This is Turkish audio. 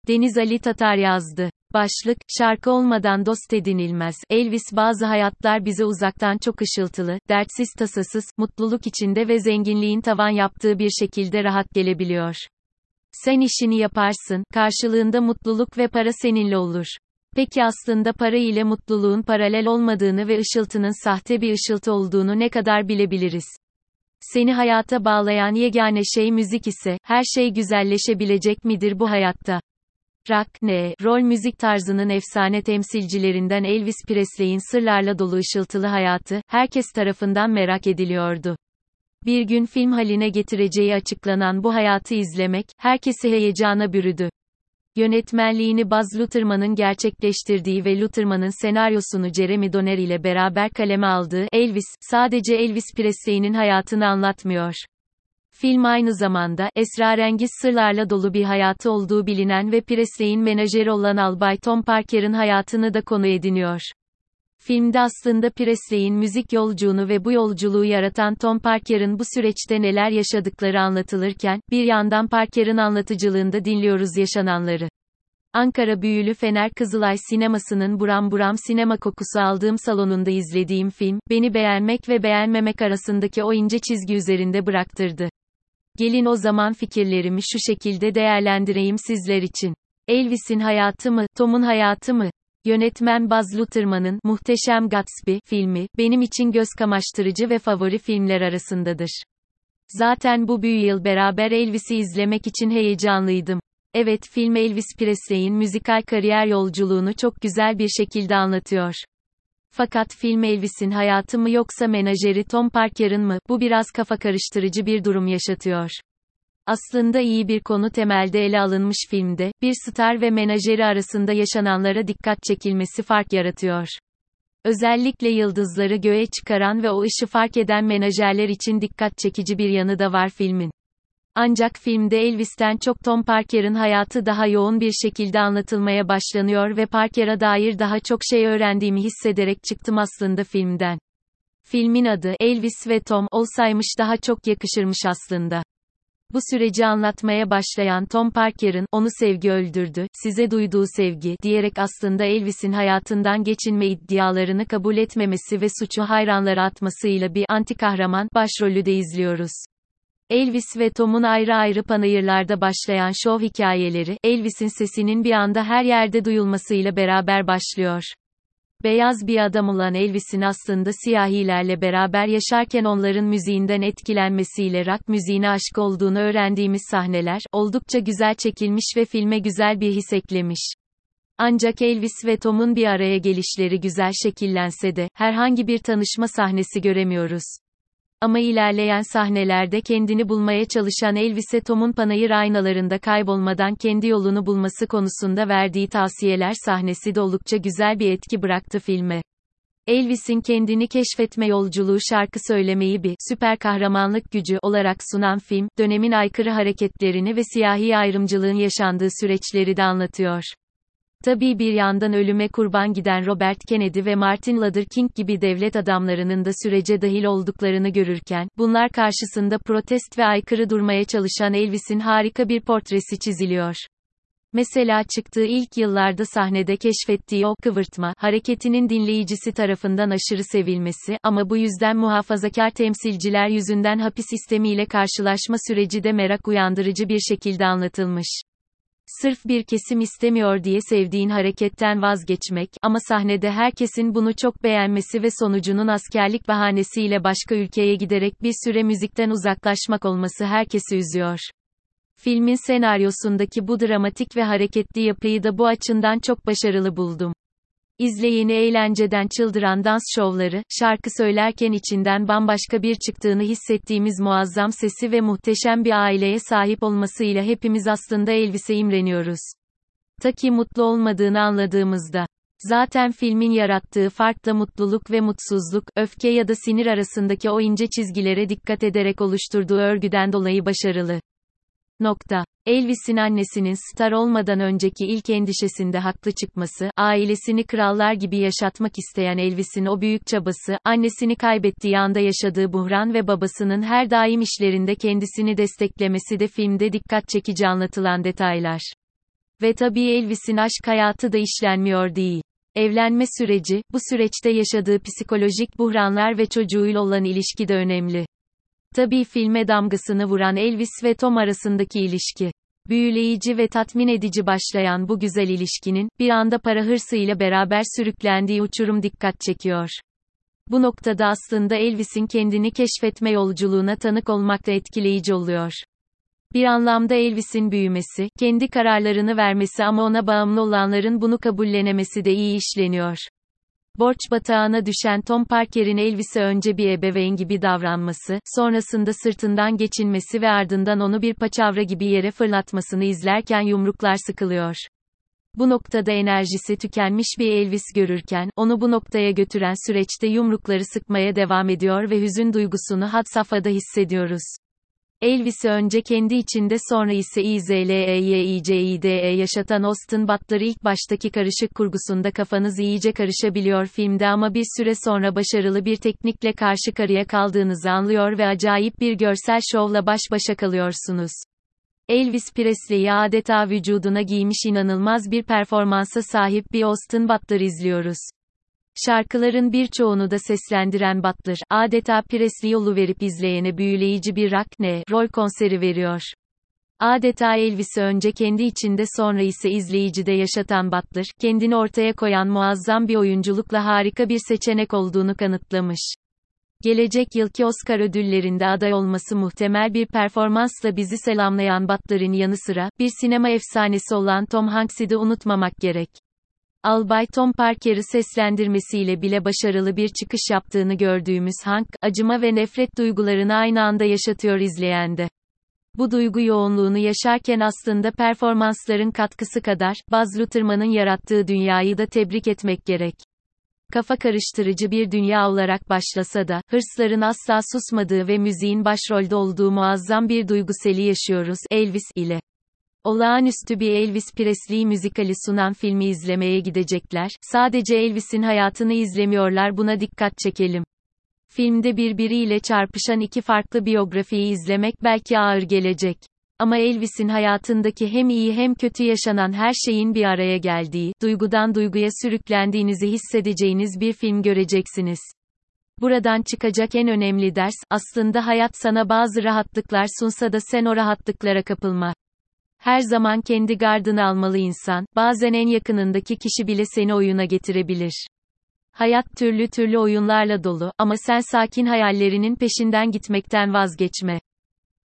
Deniz Ali Tatar yazdı. Başlık, şarkı olmadan dost edinilmez. Elvis bazı hayatlar bize uzaktan çok ışıltılı, dertsiz tasasız, mutluluk içinde ve zenginliğin tavan yaptığı bir şekilde rahat gelebiliyor. Sen işini yaparsın, karşılığında mutluluk ve para seninle olur. Peki aslında para ile mutluluğun paralel olmadığını ve ışıltının sahte bir ışıltı olduğunu ne kadar bilebiliriz? Seni hayata bağlayan yegane şey müzik ise, her şey güzelleşebilecek midir bu hayatta? Rock, roll müzik tarzının efsane temsilcilerinden Elvis Presley'in sırlarla dolu ışıltılı hayatı, herkes tarafından merak ediliyordu. Bir gün film haline getireceği açıklanan bu hayatı izlemek, herkesi heyecana bürüdü. Yönetmenliğini Baz Luhrmann'ın gerçekleştirdiği ve Luhrmann'ın senaryosunu Jeremy Donner ile beraber kaleme aldığı Elvis, sadece Elvis Presley'nin hayatını anlatmıyor. Film aynı zamanda, esrarengiz sırlarla dolu bir hayatı olduğu bilinen ve Presley'in menajeri olan Albay Tom Parker'ın hayatını da konu ediniyor. Filmde aslında Presley'in müzik yolculuğunu ve bu yolculuğu yaratan Tom Parker'ın bu süreçte neler yaşadıkları anlatılırken, bir yandan Parker'ın anlatıcılığında dinliyoruz yaşananları. Ankara Büyülü Fener Kızılay Sineması'nın buram buram sinema kokusu aldığım salonunda izlediğim film, beni beğenmek ve beğenmemek arasındaki o ince çizgi üzerinde bıraktırdı. Gelin o zaman fikirlerimi şu şekilde değerlendireyim sizler için. Elvis'in hayatı mı, Tom'un hayatı mı? Yönetmen Baz Luhrmann'ın Muhteşem Gatsby filmi, benim için göz kamaştırıcı ve favori filmler arasındadır. Zaten bu yıl beraber Elvis'i izlemek için heyecanlıydım. Evet, film Elvis Presley'in müzikal kariyer yolculuğunu çok güzel bir şekilde anlatıyor. Fakat film Elvis'in hayatı mı yoksa menajeri Tom Parker'ın mı, bu biraz kafa karıştırıcı bir durum yaşatıyor. Aslında iyi bir konu temelde ele alınmış filmde, bir star ve menajeri arasında yaşananlara dikkat çekilmesi fark yaratıyor. Özellikle yıldızları göğe çıkaran ve o işi fark eden menajerler için dikkat çekici bir yanı da var filmin. Ancak filmde Elvis'ten çok Tom Parker'ın hayatı daha yoğun bir şekilde anlatılmaya başlanıyor ve Parker'a dair daha çok şey öğrendiğimi hissederek çıktım aslında filmden. Filmin adı, Elvis ve Tom, olsaymış daha çok yakışırmış aslında. Bu süreci anlatmaya başlayan Tom Parker'ın, onu sevgi öldürdü, size duyduğu sevgi, diyerek aslında Elvis'in hayatından geçinme iddialarını kabul etmemesi ve suçu hayranlara atmasıyla bir anti-kahraman başrolü de izliyoruz. Elvis ve Tom'un ayrı ayrı panayırlarda başlayan şov hikayeleri, Elvis'in sesinin bir anda her yerde duyulmasıyla beraber başlıyor. Beyaz bir adam olan Elvis'in aslında siyahilerle beraber yaşarken onların müziğinden etkilenmesiyle rock müziğine aşık olduğunu öğrendiğimiz sahneler, oldukça güzel çekilmiş ve filme güzel bir his eklemiş. Ancak Elvis ve Tom'un bir araya gelişleri güzel şekillense de, herhangi bir tanışma sahnesi göremiyoruz. Ama ilerleyen sahnelerde kendini bulmaya çalışan Elvis'e Tom'un panayır aynalarında kaybolmadan kendi yolunu bulması konusunda verdiği tavsiyeler sahnesi de oldukça güzel bir etki bıraktı filme. Elvis'in kendini keşfetme yolculuğu şarkı söylemeyi bir süper kahramanlık gücü olarak sunan film, dönemin aykırı hareketlerini ve siyahi ayrımcılığın yaşandığı süreçleri de anlatıyor. Tabii bir yandan ölüme kurban giden Robert Kennedy ve Martin Luther King gibi devlet adamlarının da sürece dahil olduklarını görürken, bunlar karşısında protest ve aykırı durmaya çalışan Elvis'in harika bir portresi çiziliyor. Mesela çıktığı ilk yıllarda sahnede keşfettiği o kıvırtma hareketinin dinleyicisi tarafından aşırı sevilmesi ama bu yüzden muhafazakar temsilciler yüzünden hapis sistemiyle karşılaşma süreci de merak uyandırıcı bir şekilde anlatılmış. Sırf bir kesim istemiyor diye sevdiğin hareketten vazgeçmek, ama sahnede herkesin bunu çok beğenmesi ve sonucunun askerlik bahanesiyle başka ülkeye giderek bir süre müzikten uzaklaşmak olması herkesi üzüyor. Filmin senaryosundaki bu dramatik ve hareketli yapıyı da bu açıdan çok başarılı buldum. İzleyeni eğlenceden çıldıran dans şovları, şarkı söylerken içinden bambaşka bir çıktığını hissettiğimiz muazzam sesi ve muhteşem bir aileye sahip olmasıyla hepimiz aslında Elvis'e imreniyoruz. Ta ki mutlu olmadığını anladığımızda. Zaten filmin yarattığı farkla mutluluk ve mutsuzluk, öfke ya da sinir arasındaki o ince çizgilere dikkat ederek oluşturduğu örgüden dolayı başarılı. Elvis'in annesinin star olmadan önceki ilk endişesinde haklı çıkması, ailesini krallar gibi yaşatmak isteyen Elvis'in o büyük çabası, annesini kaybettiği anda yaşadığı buhran ve babasının her daim işlerinde kendisini desteklemesi de filmde dikkat çekici anlatılan detaylar. Ve tabii Elvis'in aşk hayatı da işlenmiyor değil. Evlenme süreci, bu süreçte yaşadığı psikolojik buhranlar ve çocuğuyla olan ilişki de önemli. Tabii filme damgasını vuran Elvis ve Tom arasındaki ilişki. Büyüleyici ve tatmin edici başlayan bu güzel ilişkinin, bir anda para hırsıyla beraber sürüklendiği uçurum dikkat çekiyor. Bu noktada aslında Elvis'in kendini keşfetme yolculuğuna tanık olmak da etkileyici oluyor. Bir anlamda Elvis'in büyümesi, kendi kararlarını vermesi ama ona bağımlı olanların bunu kabullenemesi de iyi işleniyor. Borç batağına düşen Tom Parker'in Elvis'e önce bir ebeveyn gibi davranması, sonrasında sırtından geçinmesi ve ardından onu bir paçavra gibi yere fırlatmasını izlerken yumruklar sıkılıyor. Bu noktada enerjisi tükenmiş bir Elvis görürken, onu bu noktaya götüren süreçte yumrukları sıkmaya devam ediyor ve hüzün duygusunu had safhada hissediyoruz. Elvis'i önce kendi içinde sonra ise izleyicide yaşatan Austin Butler ilk baştaki karışık kurgusunda kafanız iyice karışabiliyor filmde ama bir süre sonra başarılı bir teknikle karşı karıya kaldığınızı anlıyor ve acayip bir görsel şovla baş başa kalıyorsunuz. Elvis Presley'i adeta vücuduna giymiş inanılmaz bir performansa sahip bir Austin Butler izliyoruz. Şarkıların birçoğunu da seslendiren Butler, adeta Presley yoluverip izleyene büyüleyici bir rock konseri veriyor. Adeta Elvis'i önce kendi içinde sonra ise izleyicide yaşatan Butler, kendini ortaya koyan muazzam bir oyunculukla harika bir seçenek olduğunu kanıtlamış. Gelecek yılki Oscar ödüllerinde aday olması muhtemel bir performansla bizi selamlayan Butler'ın yanı sıra, bir sinema efsanesi olan Tom Hanks'i de unutmamak gerek. Albay Tom Parker'ı seslendirmesiyle bile başarılı bir çıkış yaptığını gördüğümüz Hank, acıma ve nefret duygularını aynı anda yaşatıyor izleyende. Bu duygu yoğunluğunu yaşarken aslında performansların katkısı kadar, Baz Luhrmann'ın yarattığı dünyayı da tebrik etmek gerek. Kafa karıştırıcı bir dünya olarak başlasa da, hırsların asla susmadığı ve müziğin başrolde olduğu muazzam bir duyguseli yaşıyoruz, Elvis ile. Olağanüstü bir Elvis Presley müzikali sunan filmi izlemeye gidecekler, sadece Elvis'in hayatını izlemiyorlar, buna dikkat çekelim. Filmde birbiriyle çarpışan iki farklı biyografiyi izlemek belki ağır gelecek. Ama Elvis'in hayatındaki hem iyi hem kötü yaşanan her şeyin bir araya geldiği, duygudan duyguya sürüklendiğinizi hissedeceğiniz bir film göreceksiniz. Buradan çıkacak en önemli ders, aslında hayat sana bazı rahatlıklar sunsa da sen o rahatlıklara kapılma. Her zaman kendi gardını almalı insan, bazen en yakınındaki kişi bile seni oyuna getirebilir. Hayat türlü türlü oyunlarla dolu, ama sen sakin hayallerinin peşinden gitmekten vazgeçme.